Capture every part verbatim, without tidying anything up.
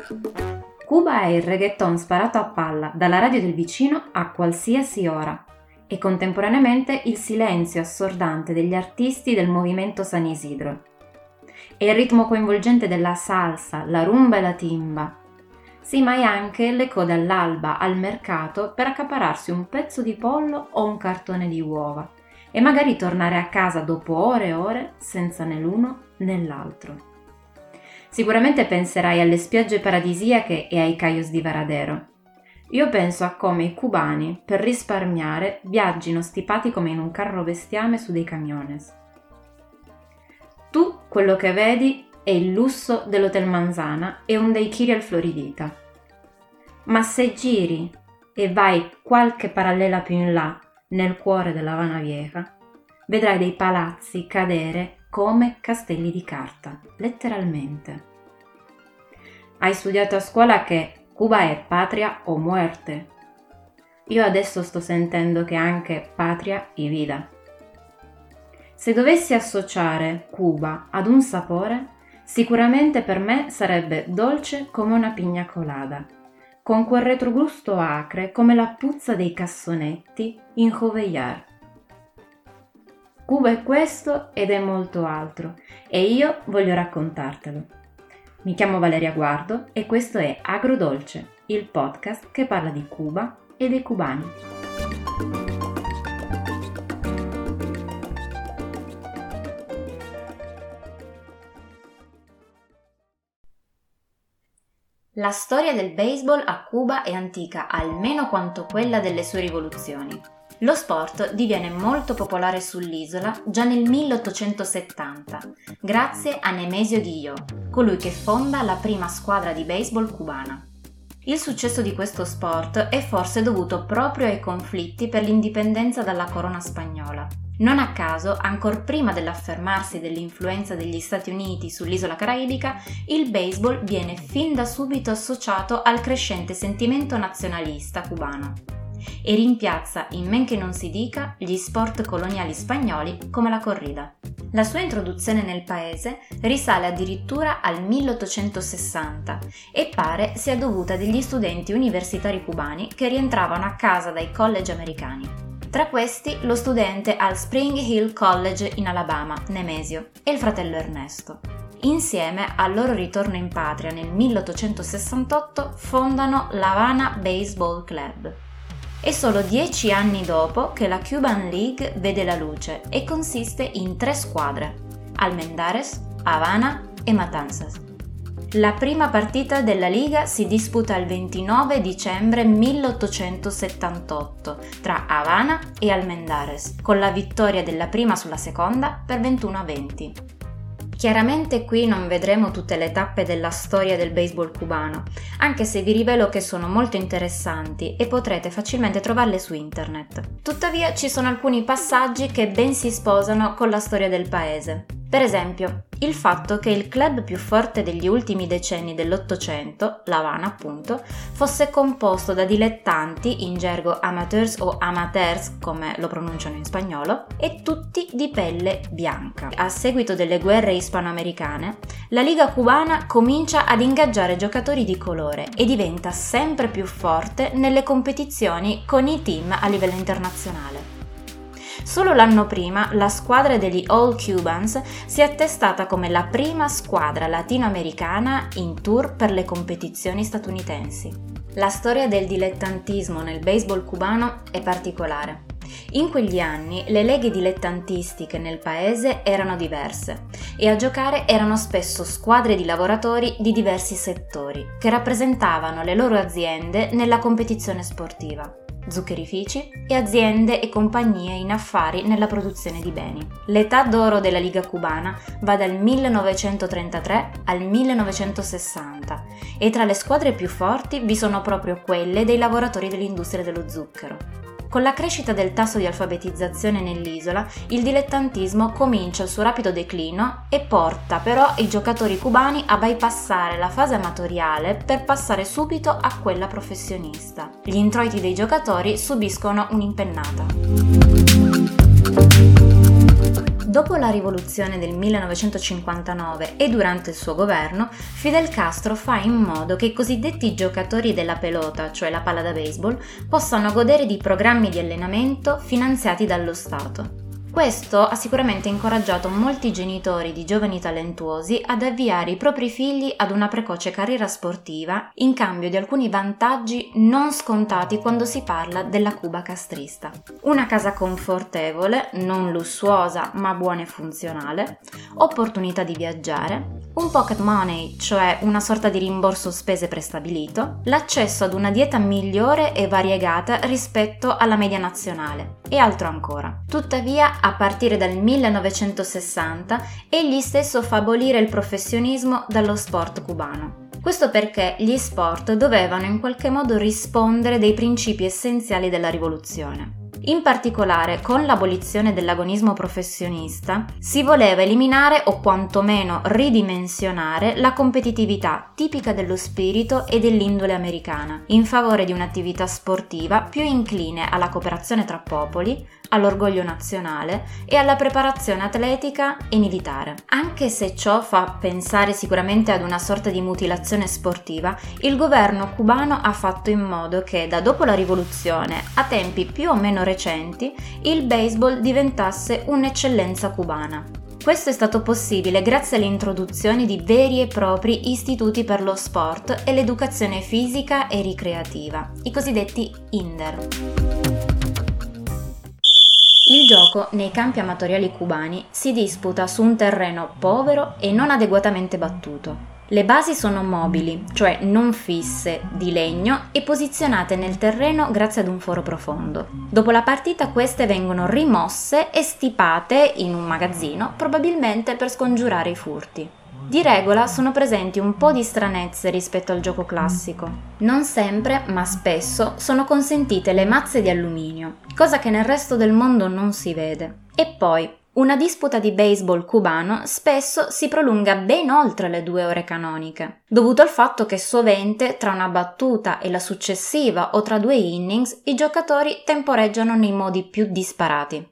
Cuba è il reggaeton sparato a palla dalla radio del vicino a qualsiasi ora e contemporaneamente il silenzio assordante degli artisti del movimento San Isidro. È il ritmo coinvolgente della salsa, la rumba e la timba. Sì, ma è anche le code all'alba al mercato per accaparrarsi un pezzo di pollo o un cartone di uova e magari tornare a casa dopo ore e ore senza né l'uno né l'altro. Sicuramente penserai alle spiagge paradisiache e ai cayos di Varadero. Io penso a come i cubani, per risparmiare, viaggino stipati come in un carro bestiame su dei camiones. Tu quello che vedi è il lusso dell'Hotel Manzana e un daiquiri al Floridita. Ma se giri e vai qualche parallela più in là, nel cuore della Habana Vieja, vedrai dei palazzi cadere come castelli di carta, letteralmente. Hai studiato a scuola che Cuba è patria o muerte. Io adesso sto sentendo che è anche patria y vida. Se dovessi associare Cuba ad un sapore, sicuramente per me sarebbe dolce come una pigna colada, con quel retrogusto acre come la puzza dei cassonetti in Jovellar. Cuba è questo ed è molto altro e io voglio raccontartelo. Mi chiamo Valeria Guardo e questo è Agrodolce, il podcast che parla di Cuba e dei cubani. La storia del baseball a Cuba è antica almeno quanto quella delle sue rivoluzioni. Lo sport diviene molto popolare sull'isola già nel milleottocentosettanta, grazie a Nemesio Guillot, colui che fonda la prima squadra di baseball cubana. Il successo di questo sport è forse dovuto proprio ai conflitti per l'indipendenza dalla corona spagnola. Non a caso, ancor prima dell'affermarsi dell'influenza degli Stati Uniti sull'isola caraibica, il baseball viene fin da subito associato al crescente sentimento nazionalista cubano e rimpiazza, in men che non si dica, gli sport coloniali spagnoli come la corrida. La sua introduzione nel paese risale addirittura al milleottocentosessanta e pare sia dovuta a degli studenti universitari cubani che rientravano a casa dai college americani. Tra questi lo studente al Spring Hill College in Alabama, Nemesio, e il fratello Ernesto. Insieme al loro ritorno in patria nel milleottocentosessantotto fondano l'Havana Baseball Club. È solo dieci anni dopo che la Cuban League vede la luce e consiste in tre squadre: Almendares, Havana e Matanzas. La prima partita della Liga si disputa il ventinove dicembre milleottocentosettantotto tra Havana e Almendares, con la vittoria della prima sulla seconda per ventuno a venti. Chiaramente qui non vedremo tutte le tappe della storia del baseball cubano, anche se vi rivelo che sono molto interessanti e potrete facilmente trovarle su internet. Tuttavia ci sono alcuni passaggi che ben si sposano con la storia del paese. Per esempio, il fatto che il club più forte degli ultimi decenni dell'Ottocento, l'Havana appunto, fosse composto da dilettanti, in gergo amateurs o amateurs come lo pronunciano in spagnolo, e tutti di pelle bianca. A seguito delle guerre ispanoamericane, la Liga cubana comincia ad ingaggiare giocatori di colore e diventa sempre più forte nelle competizioni con i team a livello internazionale. Solo l'anno prima la squadra degli All Cubans si è attestata come la prima squadra latinoamericana in tour per le competizioni statunitensi. La storia del dilettantismo nel baseball cubano è particolare. In quegli anni le leghe dilettantistiche nel paese erano diverse e a giocare erano spesso squadre di lavoratori di diversi settori che rappresentavano le loro aziende nella competizione sportiva. Zuccherifici e aziende e compagnie in affari nella produzione di beni. L'età d'oro della Liga cubana va dal millenovecentotrentatré al millenovecentosessanta e tra le squadre più forti vi sono proprio quelle dei lavoratori dell'industria dello zucchero. Con la crescita del tasso di alfabetizzazione nell'isola, il dilettantismo comincia il suo rapido declino e porta però i giocatori cubani a bypassare la fase amatoriale per passare subito a quella professionista. Gli introiti dei giocatori subiscono un'impennata. Dopo la rivoluzione del millenovecentocinquantanove e durante il suo governo, Fidel Castro fa in modo che i cosiddetti giocatori della pelota, cioè la palla da baseball, possano godere di programmi di allenamento finanziati dallo Stato. Questo ha sicuramente incoraggiato molti genitori di giovani talentuosi ad avviare i propri figli ad una precoce carriera sportiva in cambio di alcuni vantaggi non scontati quando si parla della Cuba castrista. Una casa confortevole, non lussuosa ma buona e funzionale, opportunità di viaggiare, un pocket money, cioè una sorta di rimborso spese prestabilito, l'accesso ad una dieta migliore e variegata rispetto alla media nazionale e altro ancora. Tuttavia, a partire dal millenovecentosessanta, egli stesso fa abolire il professionismo dallo sport cubano. Questo perché gli sport dovevano in qualche modo rispondere dei principi essenziali della rivoluzione. In particolare, con l'abolizione dell'agonismo professionista, si voleva eliminare o quantomeno ridimensionare la competitività tipica dello spirito e dell'indole americana, in favore di un'attività sportiva più incline alla cooperazione tra popoli, all'orgoglio nazionale e alla preparazione atletica e militare. Anche se ciò fa pensare sicuramente ad una sorta di mutilazione sportiva, il governo cubano ha fatto in modo che da dopo la rivoluzione, a tempi più o meno recenti, il baseball diventasse un'eccellenza cubana. Questo è stato possibile grazie all'introduzione di veri e propri istituti per lo sport e l'educazione fisica e ricreativa, i cosiddetti I N D E R. Il gioco nei campi amatoriali cubani si disputa su un terreno povero e non adeguatamente battuto. Le basi sono mobili, cioè non fisse, di legno e posizionate nel terreno grazie ad un foro profondo. Dopo la partita queste vengono rimosse e stipate in un magazzino, probabilmente per scongiurare i furti. Di regola sono presenti un po' di stranezze rispetto al gioco classico. Non sempre, ma spesso, sono consentite le mazze di alluminio, cosa che nel resto del mondo non si vede. E poi, una disputa di baseball cubano spesso si prolunga ben oltre le due ore canoniche, dovuto al fatto che sovente tra una battuta e la successiva o tra due innings i giocatori temporeggiano nei modi più disparati.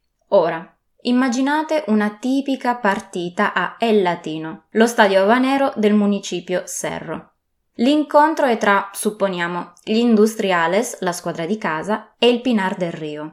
Ora, immaginate una tipica partita a El Latino, lo stadio habanero del municipio Cerro. L'incontro è tra, supponiamo, gli Industriales, la squadra di casa, e il Pinar del Rio.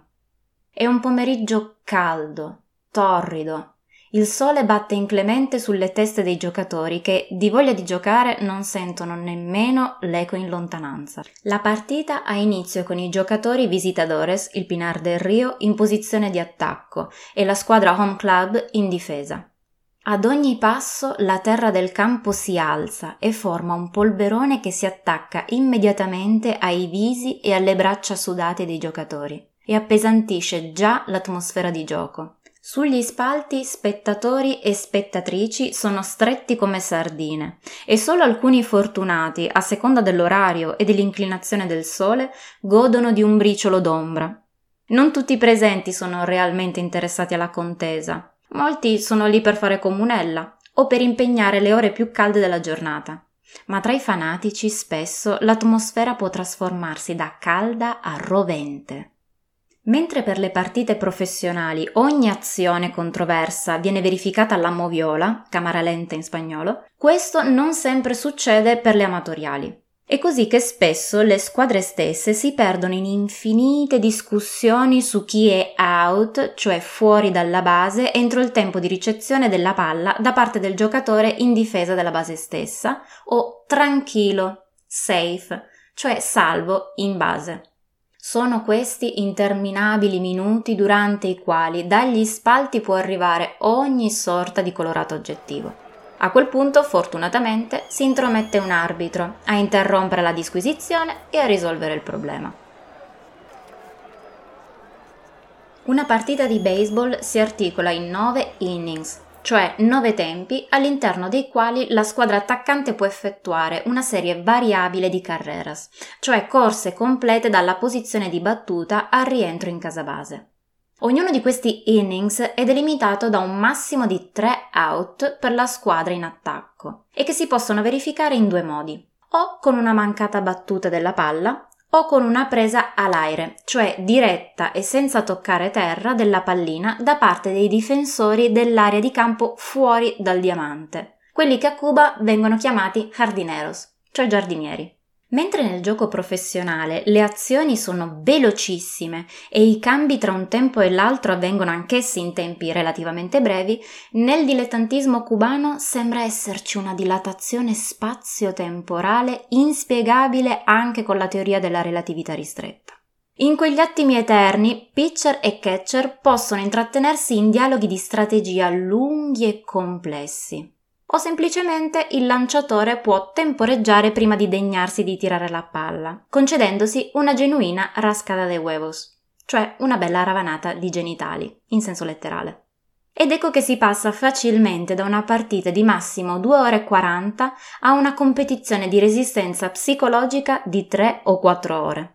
È un pomeriggio caldo, torrido. Il sole batte inclemente sulle teste dei giocatori che, di voglia di giocare, non sentono nemmeno l'eco in lontananza. La partita ha inizio con i giocatori visitadores, il Pinar del Rio, in posizione di attacco e la squadra home club in difesa. Ad ogni passo la terra del campo si alza e forma un polverone che si attacca immediatamente ai visi e alle braccia sudate dei giocatori e appesantisce già l'atmosfera di gioco. Sugli spalti spettatori e spettatrici sono stretti come sardine e solo alcuni fortunati, a seconda dell'orario e dell'inclinazione del sole, godono di un briciolo d'ombra. Non tutti i presenti sono realmente interessati alla contesa. Molti sono lì per fare comunella o per impegnare le ore più calde della giornata. Ma tra i fanatici spesso l'atmosfera può trasformarsi da calda a rovente. Mentre per le partite professionali ogni azione controversa viene verificata alla moviola, cámara lenta in spagnolo, questo non sempre succede per le amatoriali. È così che spesso le squadre stesse si perdono in infinite discussioni su chi è out, cioè fuori dalla base, entro il tempo di ricezione della palla da parte del giocatore in difesa della base stessa, o tranquillo, safe, cioè salvo in base. Sono questi interminabili minuti durante i quali dagli spalti può arrivare ogni sorta di colorato oggettivo. A quel punto, fortunatamente, si intromette un arbitro a interrompere la disquisizione e a risolvere il problema. Una partita di baseball si articola in nove innings, cioè nove tempi all'interno dei quali la squadra attaccante può effettuare una serie variabile di carreras, cioè corse complete dalla posizione di battuta al rientro in casa base. Ognuno di questi innings è delimitato da un massimo di tre out per la squadra in attacco e che si possono verificare in due modi, o con una mancata battuta della palla o con una presa all'aire, cioè diretta e senza toccare terra della pallina da parte dei difensori dell'area di campo fuori dal diamante, quelli che a Cuba vengono chiamati jardineros, cioè giardinieri. Mentre nel gioco professionale le azioni sono velocissime e i cambi tra un tempo e l'altro avvengono anch'essi in tempi relativamente brevi, nel dilettantismo cubano sembra esserci una dilatazione spazio-temporale inspiegabile anche con la teoria della relatività ristretta. In quegli attimi eterni, pitcher e catcher possono intrattenersi in dialoghi di strategia lunghi e complessi. O semplicemente il lanciatore può temporeggiare prima di degnarsi di tirare la palla, concedendosi una genuina rascada de huevos, cioè una bella ravanata di genitali, in senso letterale. Ed ecco che si passa facilmente da una partita di massimo due ore e quaranta a una competizione di resistenza psicologica di tre o quattro ore.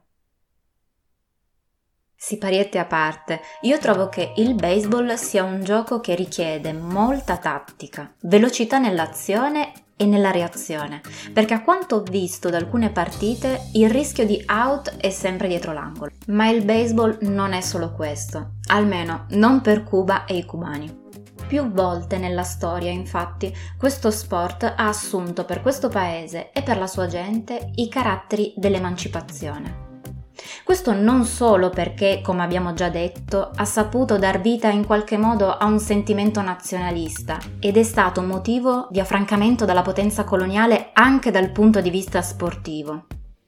Sipariette a parte, io trovo che il baseball sia un gioco che richiede molta tattica, velocità nell'azione e nella reazione, perché a quanto ho visto da alcune partite il rischio di out è sempre dietro l'angolo. Ma il baseball non è solo questo, almeno non per Cuba e i cubani. Più volte nella storia, infatti, questo sport ha assunto per questo paese e per la sua gente i caratteri dell'emancipazione. Questo non solo perché, come abbiamo già detto, ha saputo dar vita in qualche modo a un sentimento nazionalista ed è stato motivo di affrancamento dalla potenza coloniale anche dal punto di vista sportivo.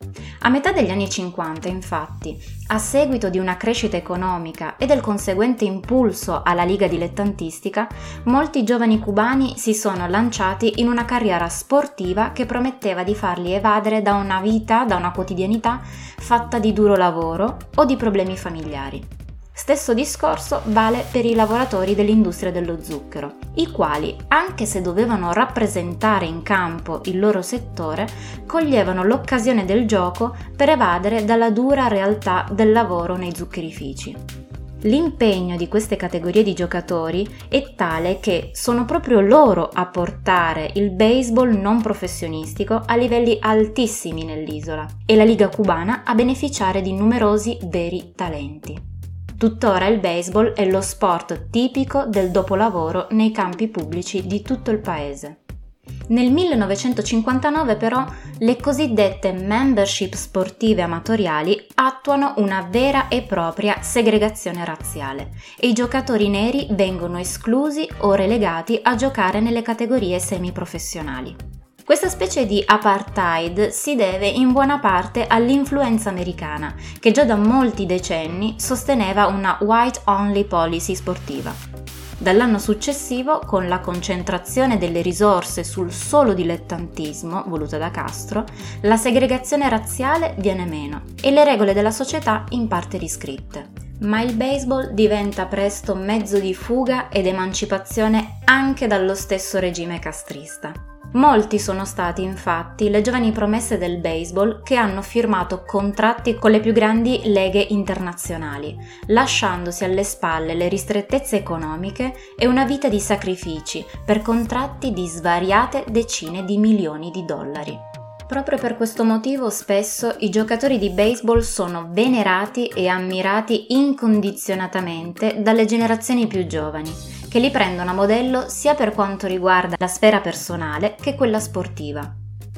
A metà degli anni cinquanta, infatti, a seguito di una crescita economica e del conseguente impulso alla liga dilettantistica, molti giovani cubani si sono lanciati in una carriera sportiva che prometteva di farli evadere da una vita, da una quotidianità fatta di duro lavoro o di problemi familiari. Stesso discorso vale per i lavoratori dell'industria dello zucchero, i quali, anche se dovevano rappresentare in campo il loro settore, coglievano l'occasione del gioco per evadere dalla dura realtà del lavoro nei zuccherifici. L'impegno di queste categorie di giocatori è tale che sono proprio loro a portare il baseball non professionistico a livelli altissimi nell'isola e la Liga cubana a beneficiare di numerosi veri talenti. Tuttora il baseball è lo sport tipico del dopolavoro nei campi pubblici di tutto il paese. Nel millenovecentocinquantanove però le cosiddette membership sportive amatoriali attuano una vera e propria segregazione razziale e i giocatori neri vengono esclusi o relegati a giocare nelle categorie semiprofessionali. Questa specie di apartheid si deve in buona parte all'influenza americana, che già da molti decenni sosteneva una white-only policy sportiva. Dall'anno successivo, con la concentrazione delle risorse sul solo dilettantismo, voluta da Castro, la segregazione razziale viene meno e le regole della società in parte riscritte. Ma il baseball diventa presto mezzo di fuga ed emancipazione anche dallo stesso regime castrista. Molti sono stati infatti le giovani promesse del baseball che hanno firmato contratti con le più grandi leghe internazionali, lasciandosi alle spalle le ristrettezze economiche e una vita di sacrifici per contratti di svariate decine di milioni di dollari. Proprio per questo motivo spesso i giocatori di baseball sono venerati e ammirati incondizionatamente dalle generazioni più giovani, che li prendono a modello sia per quanto riguarda la sfera personale che quella sportiva.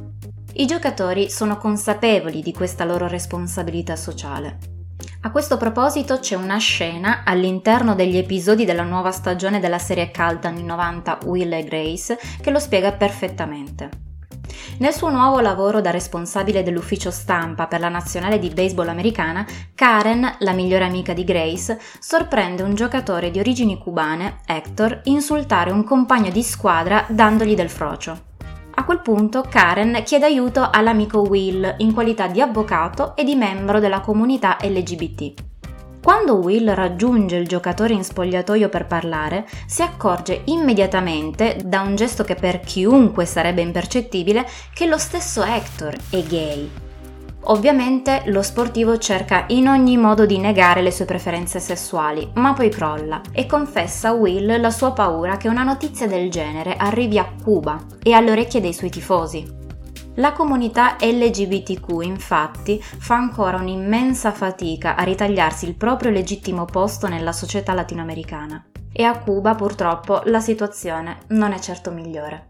I giocatori sono consapevoli di questa loro responsabilità sociale. A questo proposito c'è una scena all'interno degli episodi della nuova stagione della serie calda anni novanta Will e Grace che lo spiega perfettamente. Nel suo nuovo lavoro da responsabile dell'ufficio stampa per la nazionale di baseball americana, Karen, la migliore amica di Grace, sorprende un giocatore di origini cubane, Hector, insultare un compagno di squadra dandogli del frocio. A quel punto Karen chiede aiuto all'amico Will in qualità di avvocato e di membro della comunità L G B T. Quando Will raggiunge il giocatore in spogliatoio per parlare, si accorge immediatamente, da un gesto che per chiunque sarebbe impercettibile, che lo stesso Hector è gay. Ovviamente lo sportivo cerca in ogni modo di negare le sue preferenze sessuali, ma poi crolla e confessa a Will la sua paura che una notizia del genere arrivi a Cuba e alle orecchie dei suoi tifosi. La comunità L G B T Q infatti fa ancora un'immensa fatica a ritagliarsi il proprio legittimo posto nella società latinoamericana e a Cuba purtroppo la situazione non è certo migliore.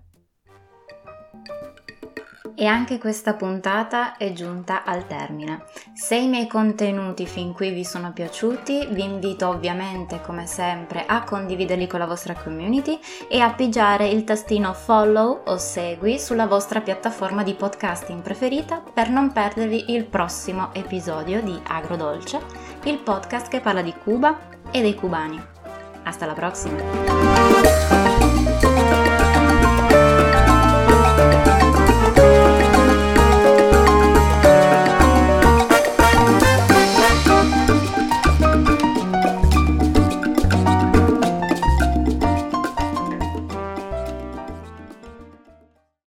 E anche questa puntata è giunta al termine. Se i miei contenuti fin qui vi sono piaciuti, vi invito ovviamente come sempre a condividerli con la vostra community e a pigiare il tastino follow o segui sulla vostra piattaforma di podcasting preferita per non perdervi il prossimo episodio di Agrodolce, il podcast che parla di Cuba e dei cubani. Hasta la prossima!